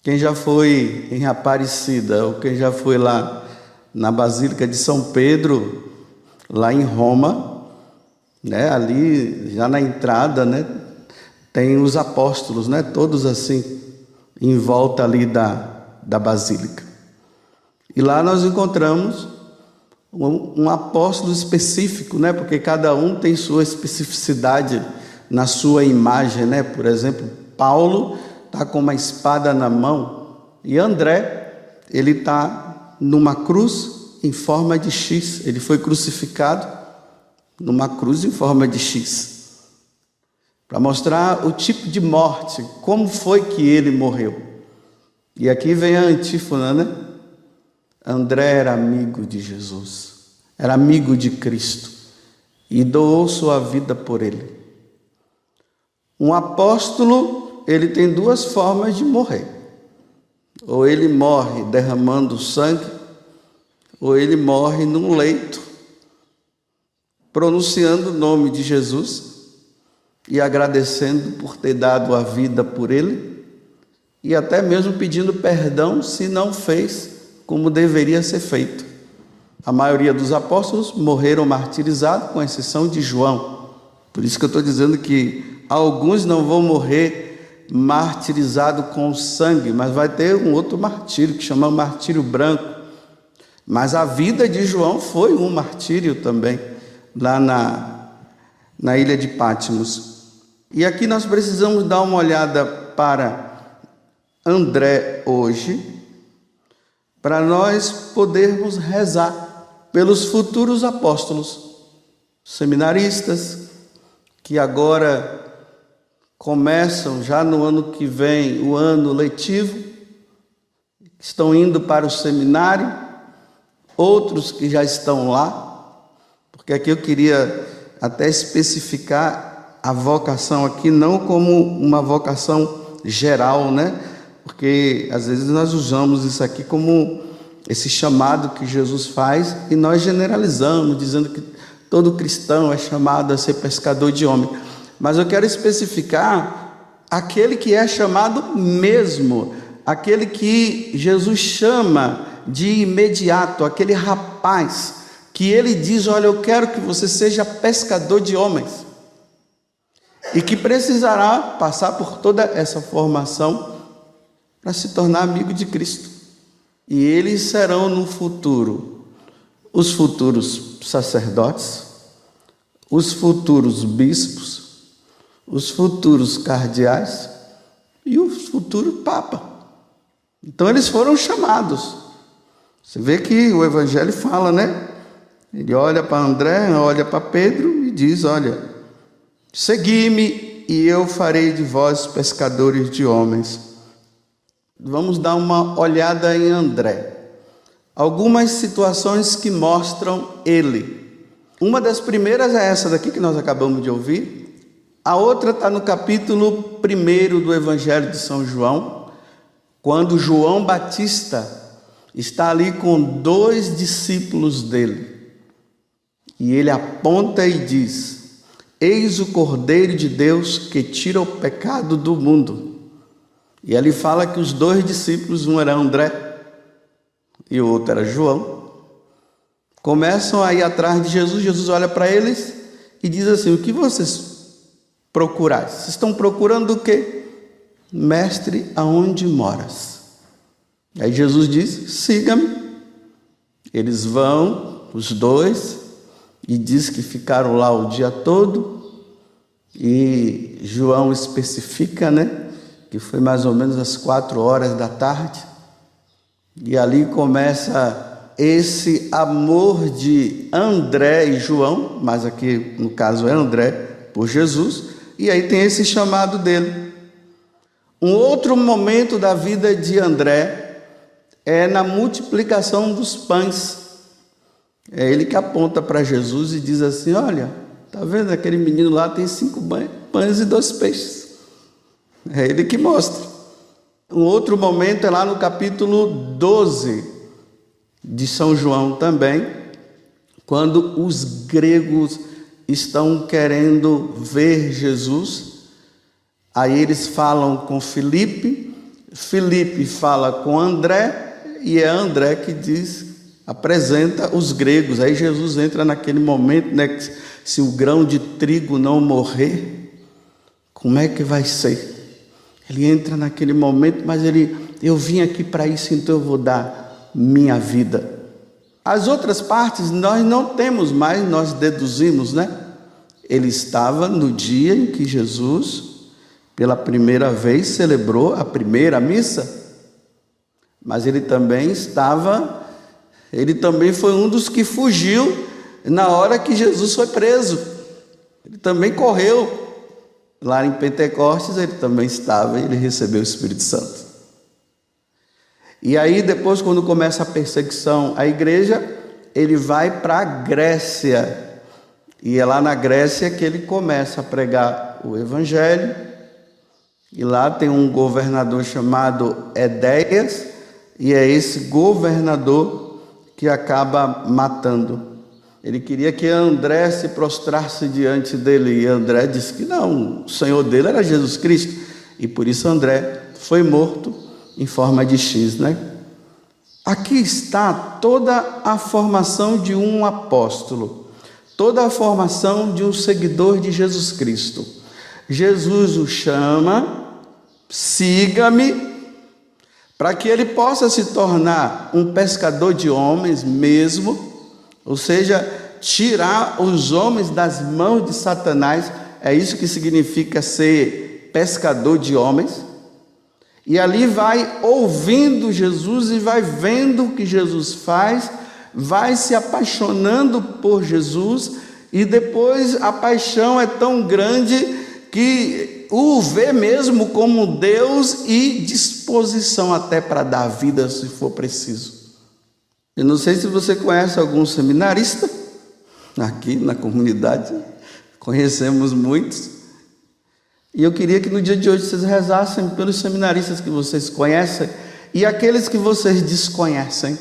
Quem já foi em Aparecida, ou quem já foi lá na Basílica de São Pedro, lá em Roma, né? Ali, já na entrada, né? Tem os apóstolos, né? Todos assim, em volta ali da Basílica. E lá nós encontramos um apóstolo específico, né? Porque cada um tem sua especificidade na sua imagem, né? Por exemplo, Paulo está com uma espada na mão, e André, ele está numa cruz em forma de X. Ele foi crucificado numa cruz em forma de X, para mostrar o tipo de morte, como foi que ele morreu. E aqui vem a antífona, né? André era amigo de Jesus, era amigo de Cristo e doou sua vida por ele. Um apóstolo, ele tem duas formas de morrer. Ou ele morre derramando sangue, ou ele morre num leito, pronunciando o nome de Jesus e agradecendo por ter dado a vida por ele, e até mesmo pedindo perdão se não fez como deveria ser feito. A maioria dos apóstolos morreram martirizados, com exceção de João. Por isso que eu estou dizendo que alguns não vão morrer martirizados com sangue, mas vai ter um outro martírio, que chama martírio branco. Mas a vida de João foi um martírio também, lá na ilha de Patmos. E aqui nós precisamos dar uma olhada para André hoje, para nós podermos rezar pelos futuros apóstolos, seminaristas, que agora começam já no ano que vem, o ano letivo, estão indo para o seminário, outros que já estão lá, porque aqui eu queria até especificar a vocação aqui, não como uma vocação geral, né? Porque às vezes nós usamos isso aqui como esse chamado que Jesus faz e nós generalizamos, dizendo que todo cristão é chamado a ser pescador de homem. Mas eu quero especificar aquele que é chamado mesmo, aquele que Jesus chama de imediato, aquele rapaz que ele diz: olha, eu quero que você seja pescador de homens, e que precisará passar por toda essa formação para se tornar amigo de Cristo. E eles serão no futuro os futuros sacerdotes, os futuros bispos, os futuros cardeais e o futuro papa. Então eles foram chamados. Você vê que o Evangelho fala, né? Ele olha para André, olha para Pedro e diz: olha, segui-me e eu farei de vós pescadores de homens. Vamos dar uma olhada em André. Algumas situações que mostram ele. Uma das primeiras é essa daqui que nós acabamos de ouvir. A outra está no capítulo 1 do Evangelho de São João, quando João Batista está ali com 2 discípulos dele. E ele aponta e diz: eis o Cordeiro de Deus que tira o pecado do mundo. E ele fala que os 2 discípulos, um era André e o outro era João, começam a ir atrás de Jesus. Jesus olha para eles e diz assim: o que vocês procurais? Vocês estão procurando o quê? Mestre, aonde moras? Aí Jesus diz: siga-me. Eles vão, os 2, e diz que ficaram lá o dia todo. E João especifica, né, que foi mais ou menos às 4 horas da tarde, e ali começa esse amor de André e João, mas aqui no caso é André por Jesus, e aí tem esse chamado dele. Um outro momento da vida de André é na multiplicação dos pães. É ele que aponta para Jesus e diz assim: olha, está vendo aquele menino lá, tem 5 pães e 2 peixes. É ele que mostra. Um outro momento é lá no capítulo 12 de São João também, quando os gregos estão querendo ver Jesus. Aí eles falam com Filipe, Filipe fala com André, e é André que apresenta os gregos. Aí Jesus entra naquele momento, né, que se o grão de trigo não morrer, como é que vai ser? Ele entra naquele momento, mas eu vim aqui para isso, então eu vou dar minha vida. As outras partes nós não temos mais, nós deduzimos, né? Ele estava no dia em que Jesus, pela primeira vez, celebrou a primeira missa, mas ele também foi um dos que fugiu na hora que Jesus foi preso. Ele também correu. Lá em Pentecostes ele também estava e ele recebeu o Espírito Santo. E aí depois, quando começa a perseguição à igreja, ele vai para a Grécia. E é lá na Grécia que ele começa a pregar o Evangelho. E lá tem um governador chamado Edéias, e é esse governador que acaba matando. Ele queria que André se prostrasse diante dele, e André disse que não, o Senhor dele era Jesus Cristo, e por isso André foi morto em forma de X, né? Aqui está toda a formação de um apóstolo, toda a formação de um seguidor de Jesus Cristo. Jesus o chama, siga-me, para que ele possa se tornar um pescador de homens mesmo, ou seja, tirar os homens das mãos de Satanás. É isso que significa ser pescador de homens. E ali vai ouvindo Jesus e vai vendo o que Jesus faz, vai se apaixonando por Jesus, e depois a paixão é tão grande que o vê mesmo como Deus e disposição até para dar vida se for preciso. Eu não sei se você conhece algum seminarista aqui na comunidade, conhecemos muitos. E eu queria que no dia de hoje vocês rezassem pelos seminaristas que vocês conhecem e aqueles que vocês desconhecem.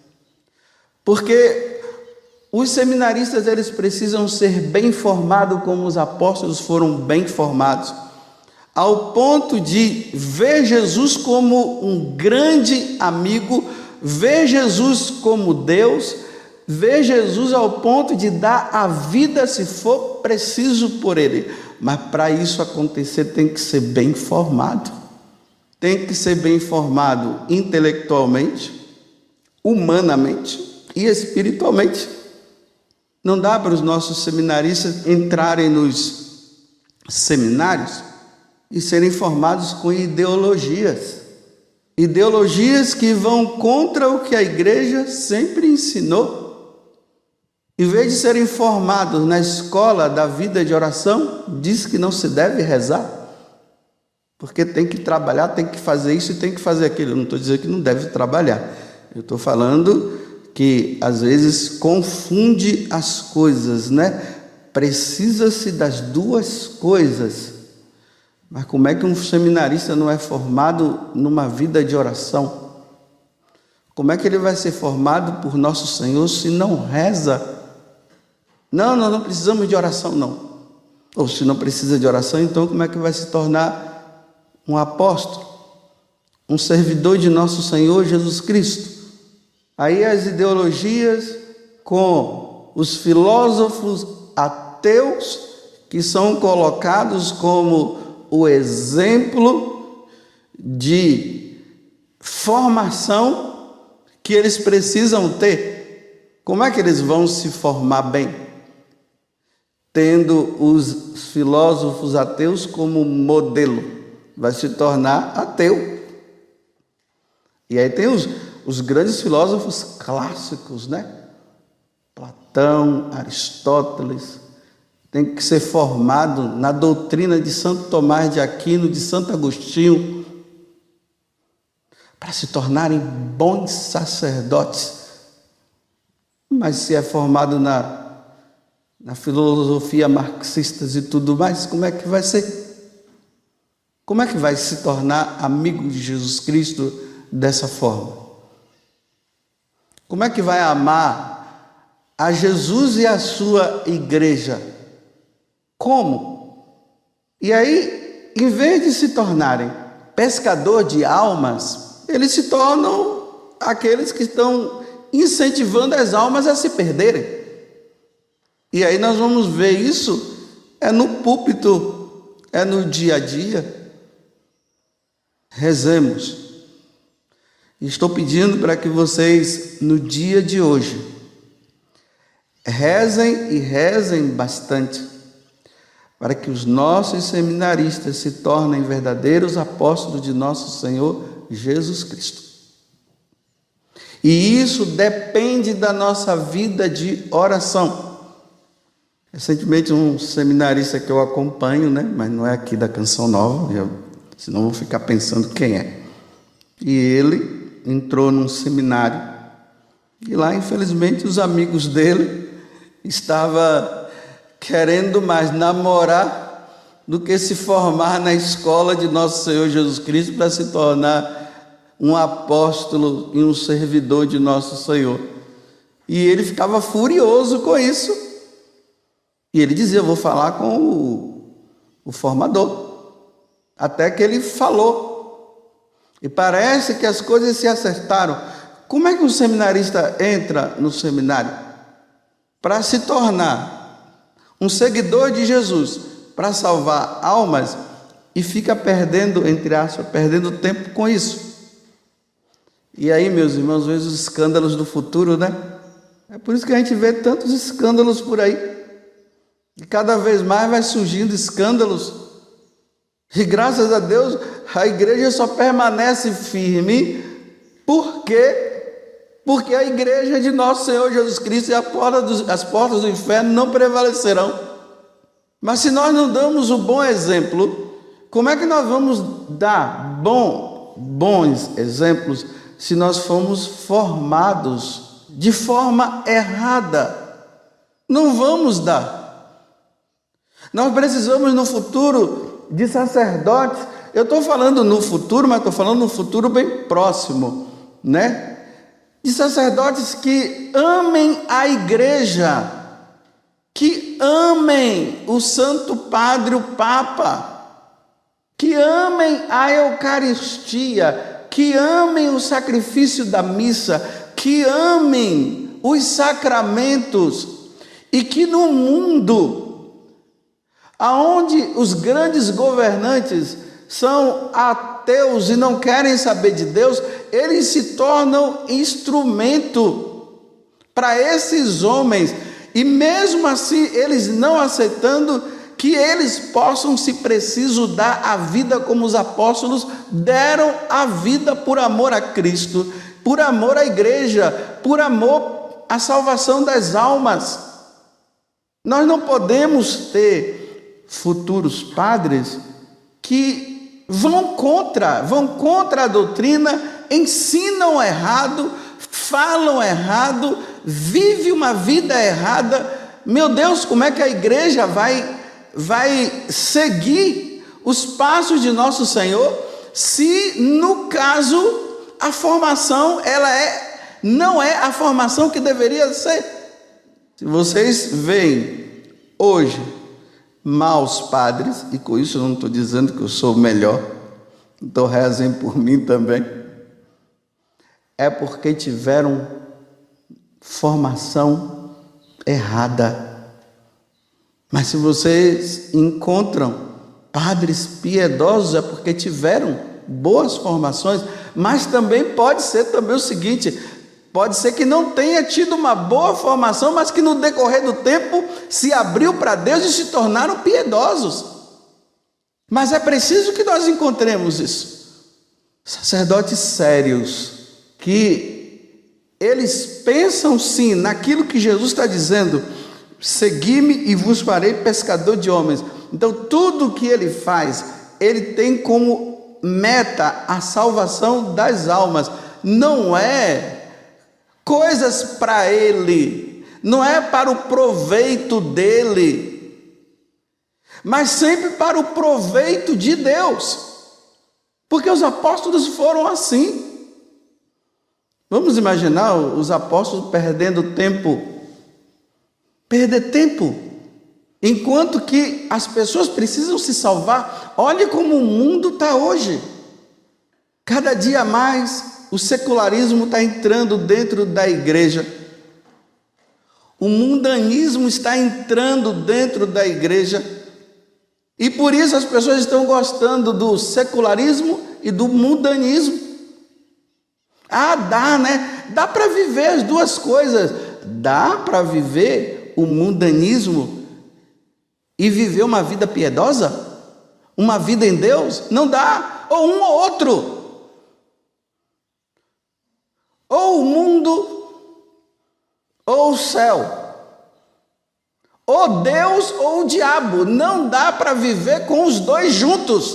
Porque os seminaristas, eles precisam ser bem formados como os apóstolos foram bem formados, ao ponto de ver Jesus como um grande amigo, ver Jesus como Deus, ver Jesus ao ponto de dar a vida se for preciso por Ele. Mas para isso acontecer tem que ser bem formado. Tem que ser bem formado intelectualmente, humanamente e espiritualmente. Não dá para os nossos seminaristas entrarem nos seminários e serem formados com ideologias. Ideologias que vão contra o que a igreja sempre ensinou. Em vez de serem formados na escola da vida de oração, diz que não se deve rezar, porque tem que trabalhar, tem que fazer isso e tem que fazer aquilo. Eu não estou dizendo que não deve trabalhar. Eu estou falando que às vezes confunde as coisas, né? Precisa-se das duas coisas. Mas como é que um seminarista não é formado numa vida de oração? Como é que ele vai ser formado por nosso Senhor se não reza? Não, nós não precisamos de oração, não. Ou se não precisa de oração, então como é que vai se tornar um apóstolo? Um servidor de nosso Senhor Jesus Cristo? Aí as ideologias com os filósofos ateus, que são colocados como o exemplo de formação que eles precisam ter. Como é que eles vão se formar bem? Tendo os filósofos ateus como modelo, vai se tornar ateu. E aí tem os grandes filósofos clássicos, né? Platão, Aristóteles, tem que ser formado na doutrina de Santo Tomás de Aquino, de Santo Agostinho, para se tornarem bons sacerdotes. Mas se é formado na filosofia marxista e tudo mais, como é que vai ser? Como é que vai se tornar amigo de Jesus Cristo dessa forma? Como é que vai amar a Jesus e a sua igreja? Como? E aí, em vez de se tornarem pescador de almas, eles se tornam aqueles que estão incentivando as almas a se perderem. E aí nós vamos ver isso, no púlpito, no dia a dia. Rezemos. Estou pedindo para que vocês, no dia de hoje, rezem e rezem bastante, para que os nossos seminaristas se tornem verdadeiros apóstolos de nosso Senhor Jesus Cristo. E isso depende da nossa vida de oração. Recentemente, um seminarista que eu acompanho, mas não é aqui da Canção Nova, senão vou ficar pensando quem é. E ele entrou num seminário, e lá, infelizmente, os amigos dele estavam querendo mais namorar do que se formar na escola de nosso Senhor Jesus Cristo para se tornar um apóstolo e um servidor de nosso Senhor. E ele ficava furioso com isso. E ele dizia: eu vou falar com o formador. Até que ele falou. E parece que as coisas se acertaram. Como é que um seminarista entra no seminário? Para se tornar um seguidor de Jesus, para salvar almas, e fica perdendo, entre aspas, perdendo tempo com isso. E aí, meus irmãos, vejo os escândalos do futuro, É por isso que a gente vê tantos escândalos por aí. E cada vez mais vai surgindo escândalos. E graças a Deus, a igreja só permanece firme. Por quê? Porque a igreja de nosso Senhor Jesus Cristo e as portas do inferno não prevalecerão. Mas se nós não damos o bom exemplo, como é que nós vamos dar bons exemplos se nós fomos formados de forma errada? Não vamos dar. Nós precisamos no futuro de sacerdotes. Eu estou falando no futuro, mas estou falando no futuro bem próximo, De sacerdotes que amem a igreja, que amem o Santo Padre, o Papa, que amem a Eucaristia, que amem o sacrifício da missa, que amem os sacramentos, e que no mundo, aonde os grandes governantes são ateus e não querem saber de Deus, eles se tornam instrumento para esses homens, e mesmo assim eles não aceitando que eles possam, se preciso, dar a vida como os apóstolos deram a vida por amor a Cristo, por amor à igreja, por amor à salvação das almas. Nós não podemos ter futuros padres que vão contra a doutrina, ensinam errado, falam errado, vivem uma vida errada. Meu Deus, como é que a igreja vai seguir os passos de nosso Senhor, se no caso a formação não é a formação que deveria ser? Se vocês veem hoje maus padres, e com isso eu não estou dizendo que eu sou o melhor, então rezem por mim também, é porque tiveram formação errada. Mas se vocês encontram padres piedosos, é porque tiveram boas formações. Mas também pode ser também o seguinte: pode ser que não tenha tido uma boa formação, mas que no decorrer do tempo se abriu para Deus e se tornaram piedosos. Mas é preciso que nós encontremos isso. Sacerdotes sérios, que eles pensam sim naquilo que Jesus está dizendo: segui-me e vos farei pescador de homens. Então tudo que ele faz, ele tem como meta a salvação das almas. Não é coisas para ele, não é para o proveito dele, mas sempre para o proveito de Deus, porque os apóstolos foram assim. Vamos imaginar os apóstolos perdendo tempo, perder tempo, enquanto que as pessoas precisam se salvar. Olhe como o mundo está hoje. Cada dia mais o secularismo está entrando dentro da igreja. O mundanismo está entrando dentro da igreja. E por isso as pessoas estão gostando do secularismo e do mundanismo. Dá, né? Dá para viver as duas coisas. Dá para viver o mundanismo e viver uma vida piedosa? Uma vida em Deus? Não dá. Ou um ou outro. Ou o mundo, ou o céu. Ou Deus ou o diabo. Não dá para viver com os dois juntos.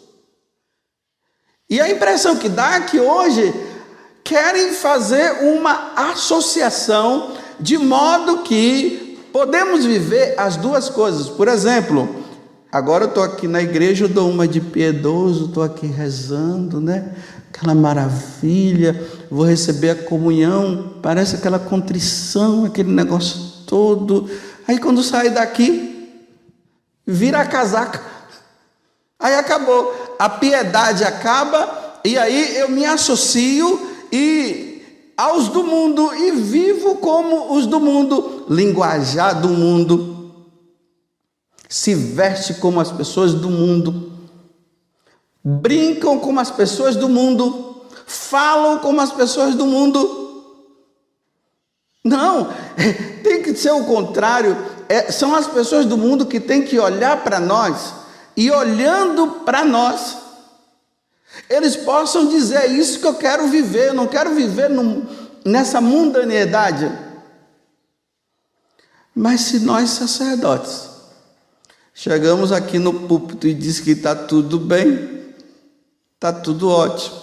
E a impressão que dá é que hoje querem fazer uma associação de modo que podemos viver as duas coisas. Por exemplo, agora eu estou aqui na igreja, eu dou uma de piedoso, estou aqui rezando, né? Aquela maravilha, vou receber a comunhão, parece aquela contrição, aquele negócio todo. Aí quando sai daqui, vira a casaca. Aí acabou, a piedade acaba, e aí eu me associo aos do mundo e vivo como os do mundo, linguajar do mundo, se veste como as pessoas do mundo, brincam como as pessoas do mundo, falam como as pessoas do mundo. Não, tem que ser o contrário. São as pessoas do mundo que têm que olhar para nós, e olhando para nós, eles possam dizer: é isso que eu quero viver. Eu não quero viver nessa mundanidade. Mas se nós sacerdotes chegamos aqui no púlpito e diz que está tudo bem, está tudo ótimo,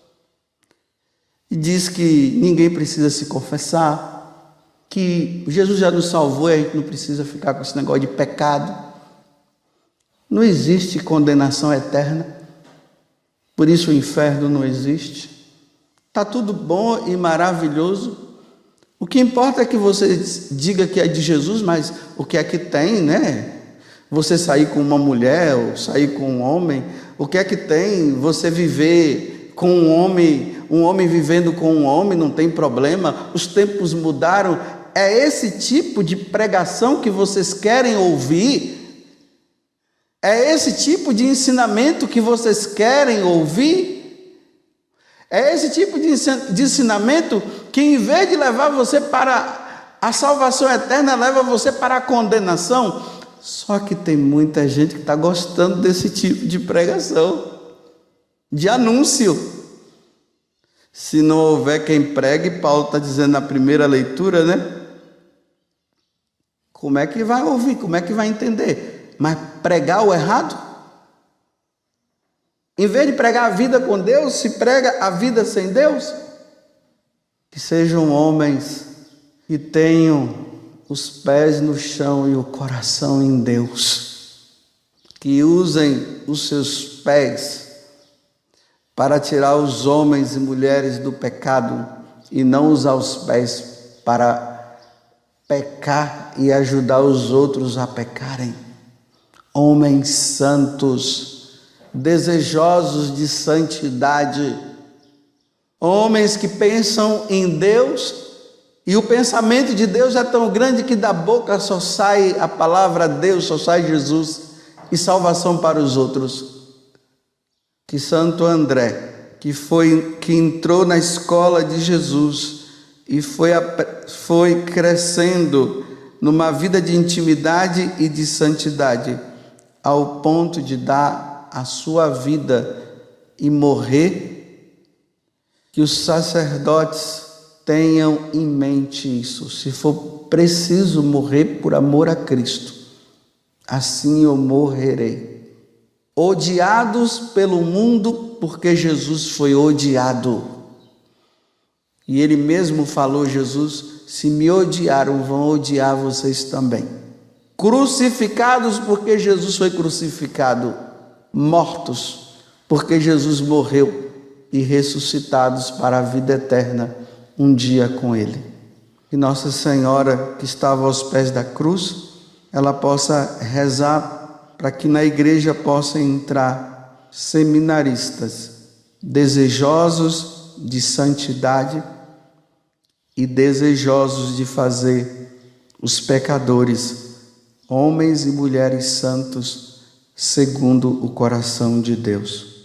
e diz que ninguém precisa se confessar, que Jesus já nos salvou e a gente não precisa ficar com esse negócio de pecado, não existe condenação eterna, por isso o inferno não existe, está tudo bom e maravilhoso. O que importa é que você diga que é de Jesus, mas o que é que tem, né? Você sair com uma mulher ou sair com um homem, o que é que tem você viver com um homem vivendo com um homem, não tem problema, os tempos mudaram. É esse tipo de pregação que vocês querem ouvir? É esse tipo de ensinamento que vocês querem ouvir? É esse tipo de ensinamento que, em vez de levar você para a salvação eterna, leva você para a condenação? Só que tem muita gente que está gostando desse tipo de pregação, de anúncio. Se não houver quem pregue, Paulo está dizendo na primeira leitura, né? Como é que vai ouvir? Como é que vai entender? Mas pregar o errado? Em vez de pregar a vida com Deus, se prega a vida sem Deus? Que sejam homens que tenham os pés no chão e o coração em Deus, que usem os seus pés para tirar os homens e mulheres do pecado e não usar os pés para pecar e ajudar os outros a pecarem. Homens santos, desejosos de santidade, homens que pensam em Deus. E o pensamento de Deus é tão grande que da boca só sai a palavra Deus, só sai Jesus e salvação para os outros. Que Santo André, que entrou na escola de Jesus e foi crescendo numa vida de intimidade e de santidade, ao ponto de dar a sua vida e morrer, que os sacerdotes tenham em mente isso. Se for preciso morrer por amor a Cristo, assim eu morrerei. Odiados pelo mundo, porque Jesus foi odiado. E ele mesmo falou, Jesus: se me odiaram, vão odiar vocês também. Crucificados, porque Jesus foi crucificado. Mortos, porque Jesus morreu. E ressuscitados para a vida eterna, um dia com Ele. Que Nossa Senhora, que estava aos pés da cruz, ela possa rezar para que na igreja possam entrar seminaristas desejosos de santidade e desejosos de fazer os pecadores, homens e mulheres santos, segundo o coração de Deus.